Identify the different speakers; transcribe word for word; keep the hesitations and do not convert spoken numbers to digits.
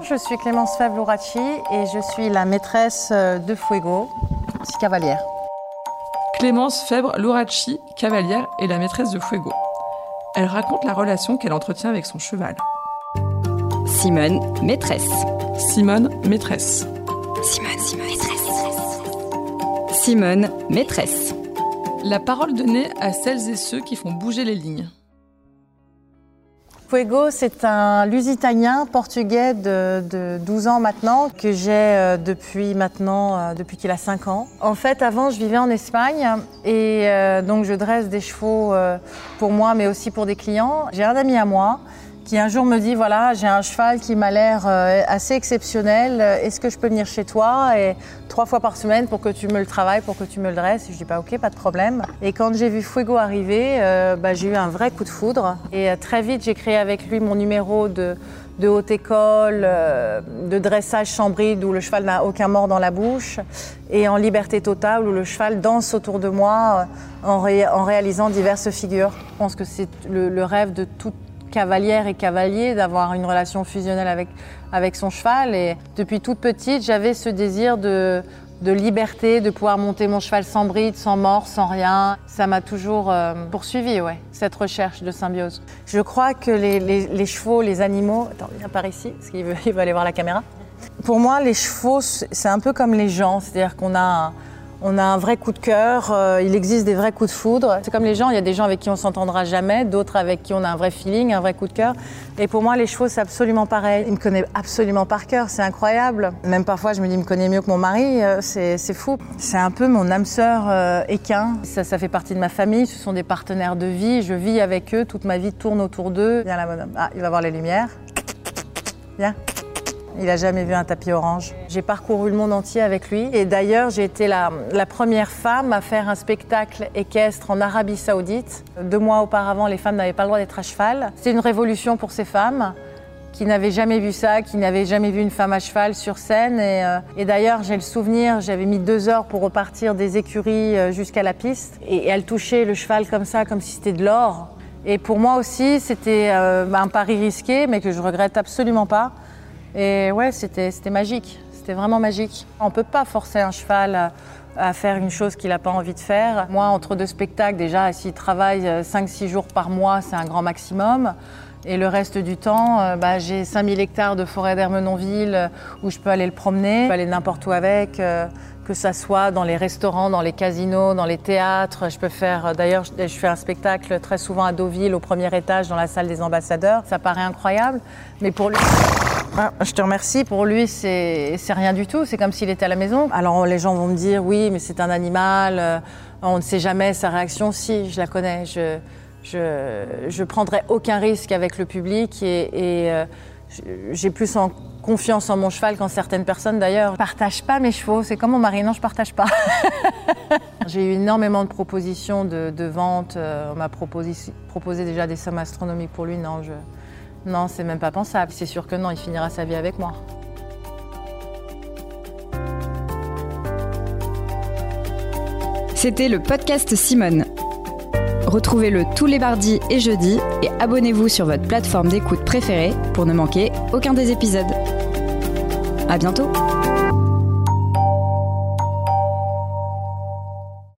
Speaker 1: Je suis Clémence Fèvre-Louracci et je suis la maîtresse de Fuego, cavalière.
Speaker 2: Clémence Fèvre-Louracci, cavalière, est la maîtresse de Fuego. Elle raconte la relation qu'elle entretient avec son cheval.
Speaker 3: Simone, maîtresse.
Speaker 2: Simone, maîtresse.
Speaker 3: Simone, Simone, maîtresse. Simone, maîtresse.
Speaker 2: La parole donnée à celles et ceux qui font bouger les lignes.
Speaker 1: Fuego, c'est un Lusitanien portugais de, de douze ans maintenant, que j'ai depuis maintenant, depuis qu'il a cinq ans. En fait, avant, je vivais en Espagne et euh, donc je dresse des chevaux euh, pour moi, mais aussi pour des clients. J'ai un ami à moi qui un jour me dit, voilà, j'ai un cheval qui m'a l'air euh, assez exceptionnel, est-ce que je peux venir chez toi et trois fois par semaine pour que tu me le travailles, pour que tu me le dresses? Et je dis, bah, ok, pas de problème. Et quand j'ai vu Fuego arriver, euh, bah, j'ai eu un vrai coup de foudre. Et euh, très vite, j'ai créé avec lui mon numéro de, de haute école, euh, de dressage sans bride, où le cheval n'a aucun mord dans la bouche, et en liberté totale, où le cheval danse autour de moi euh, en, ré, en réalisant diverses figures. Je pense que c'est le, le rêve de toute cavalière et cavalier, d'avoir une relation fusionnelle avec, avec son cheval. Et depuis toute petite, j'avais ce désir de, de liberté, de pouvoir monter mon cheval sans bride, sans mort, sans rien. Ça m'a toujours euh, poursuivi, ouais, cette recherche de symbiose. Je crois que les, les, les chevaux, les animaux... Attends, viens par ici, parce qu'il veut, il veut aller voir la caméra. Pour moi, les chevaux, c'est un peu comme les gens, c'est-à-dire qu'on a... Un, On a un vrai coup de cœur, euh, il existe des vrais coups de foudre. C'est comme les gens, il y a des gens avec qui on s'entendra jamais, d'autres avec qui on a un vrai feeling, un vrai coup de cœur. Et pour moi, les chevaux, c'est absolument pareil. Il me connaît absolument par cœur, c'est incroyable. Même parfois, je me dis, il me connaît mieux que mon mari, euh, c'est, c'est fou. C'est un peu mon âme sœur euh, équin. Ça, ça fait partie de ma famille, ce sont des partenaires de vie. Je vis avec eux, toute ma vie tourne autour d'eux. Viens là, bonhomme. Ah, il va voir les lumières. Viens. Il n'a jamais vu un tapis orange. J'ai parcouru le monde entier avec lui. Et d'ailleurs, j'ai été la, la première femme à faire un spectacle équestre en Arabie Saoudite. Deux mois auparavant, les femmes n'avaient pas le droit d'être à cheval. C'était une révolution pour ces femmes qui n'avaient jamais vu ça, qui n'avaient jamais vu une femme à cheval sur scène. Et, euh, et d'ailleurs, j'ai le souvenir, j'avais mis deux heures pour repartir des écuries jusqu'à la piste. Et, et elle touchait le cheval comme ça, comme si c'était de l'or. Et pour moi aussi, c'était euh, un pari risqué, mais que je regrette absolument pas. Et ouais, c'était, c'était magique, c'était vraiment magique. On ne peut pas forcer un cheval à, à faire une chose qu'il n'a pas envie de faire. Moi, entre deux spectacles, déjà, s'il travaille cinq six jours par mois, c'est un grand maximum. Et le reste du temps, euh, bah, j'ai cinq mille hectares de forêt d'Ermenonville où je peux aller le promener, je peux aller n'importe où avec, euh, que ça soit dans les restaurants, dans les casinos, dans les théâtres. Je peux faire, d'ailleurs, je, je fais un spectacle très souvent à Deauville, au premier étage, dans la salle des ambassadeurs. Ça paraît incroyable, mais pour lui... Ah, je te remercie. Pour lui, c'est, c'est rien du tout. C'est comme s'il était à la maison. Alors, les gens vont me dire, oui, mais c'est un animal. Euh, on ne sait jamais sa réaction. Si, je la connais. Je, je, je prendrai aucun risque avec le public et, et euh, j'ai plus en confiance en mon cheval qu'en certaines personnes d'ailleurs. Je partage pas mes chevaux. C'est comme mon mari. Non, je partage pas. J'ai eu énormément de propositions de, de vente. On m'a proposé, proposé déjà des sommes astronomiques pour lui. Non, je... Non, c'est même pas pensable. C'est sûr que non, il finira sa vie avec moi.
Speaker 3: C'était le podcast Simone. Retrouvez-le tous les mardis et jeudis et abonnez-vous sur votre plateforme d'écoute préférée pour ne manquer aucun des épisodes. À bientôt.